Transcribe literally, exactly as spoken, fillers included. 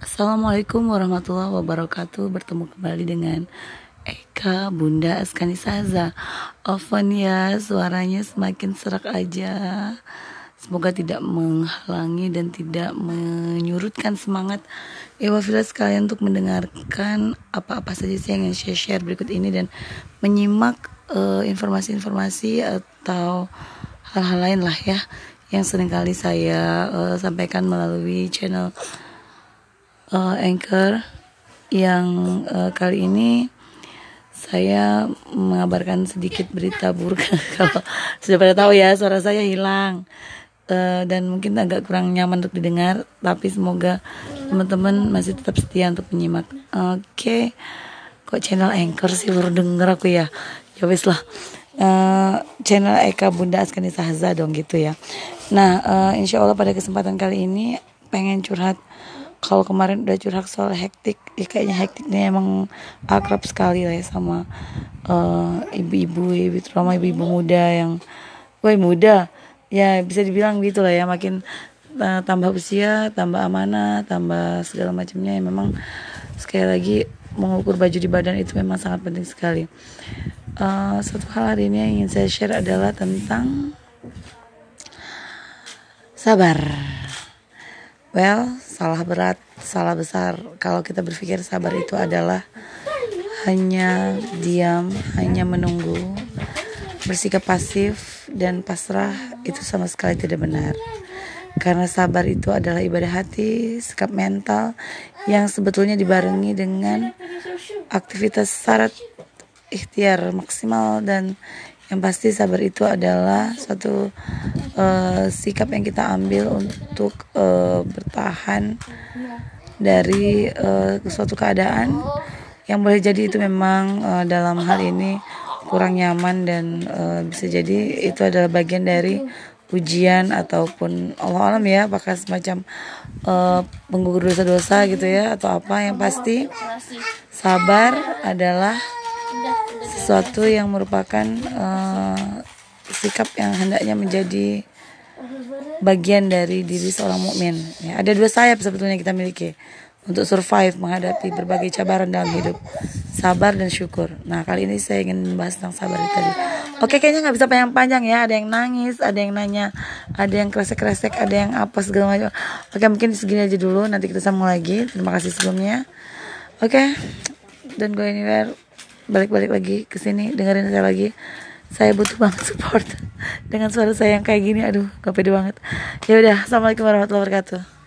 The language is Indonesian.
Assalamualaikum warahmatullahi wabarakatuh. Bertemu kembali dengan Eka Bunda Askani Saza. Oven ya, suaranya semakin serak aja. Semoga tidak menghalangi dan tidak menyurutkan semangat Ewafila sekalian untuk mendengarkan apa-apa saja sih yang saya share berikut ini dan menyimak uh, informasi-informasi atau hal-hal lain lah ya yang seringkali saya uh, sampaikan melalui channel uh, Anchor yang uh, kali ini saya mengabarkan sedikit berita buruk. Kalau sudah pada tahu ya, suara saya hilang uh, dan mungkin agak kurang nyaman untuk didengar, tapi semoga teman-teman masih tetap setia untuk menyimak. Oke, okay. Kok channel Anchor sih baru denger aku ya? Ya wis lah. Uh, channel Eka Bunda Askani Saza dong gitu ya. Nah, uh, insya Allah pada kesempatan kali ini pengen curhat. Kalau kemarin udah curhat soal hektik, ya kayaknya hektiknya emang akrab sekali lah ya sama uh, ibu-ibu, ibu terutama ibu-ibu muda yang, wah muda, ya bisa dibilang gitu lah ya, makin uh, tambah usia, tambah amanah, tambah segala macamnya. Ya memang sekali lagi mengukur baju di badan itu memang sangat penting sekali. Uh, satu hal hari ini yang ingin saya share adalah tentang sabar. Well, salah berat, salah besar kalau kita berpikir sabar itu adalah hanya diam, hanya menunggu, bersikap pasif dan pasrah. Itu sama sekali tidak benar. Karena sabar itu adalah ibadah hati, sikap mental yang sebetulnya dibarengi dengan aktivitas syarat ikhtiar maksimal, dan yang pasti sabar itu adalah suatu uh, sikap yang kita ambil untuk uh, bertahan dari uh, suatu keadaan yang boleh jadi itu memang uh, dalam hal ini kurang nyaman, dan uh, bisa jadi itu adalah bagian dari ujian ataupun Allah alam ya, apakah semacam uh, penggugur dosa-dosa gitu ya atau apa. Yang pasti sabar adalah sesuatu yang merupakan uh, sikap yang hendaknya menjadi bagian dari diri seorang mukmin. Ya, ada dua sayap sebetulnya kita miliki untuk survive menghadapi berbagai cabaran dalam hidup, sabar dan syukur. Nah, kali ini saya ingin membahas tentang sabar itu tadi. Oke, kayaknya nggak bisa panjang-panjang ya. Ada yang nangis, ada yang nanya, ada yang kresek-kresek, ada yang apa segala macam. Oke, mungkin segini aja dulu. Nanti kita sambung lagi. Terima kasih sebelumnya. Oke, don't go anywhere. Balik-balik lagi ke sini, dengerin saya lagi. Saya butuh banget support dengan suara saya yang kayak gini. Aduh, gak pede banget. Ya udah, assalamualaikum warahmatullahi wabarakatuh.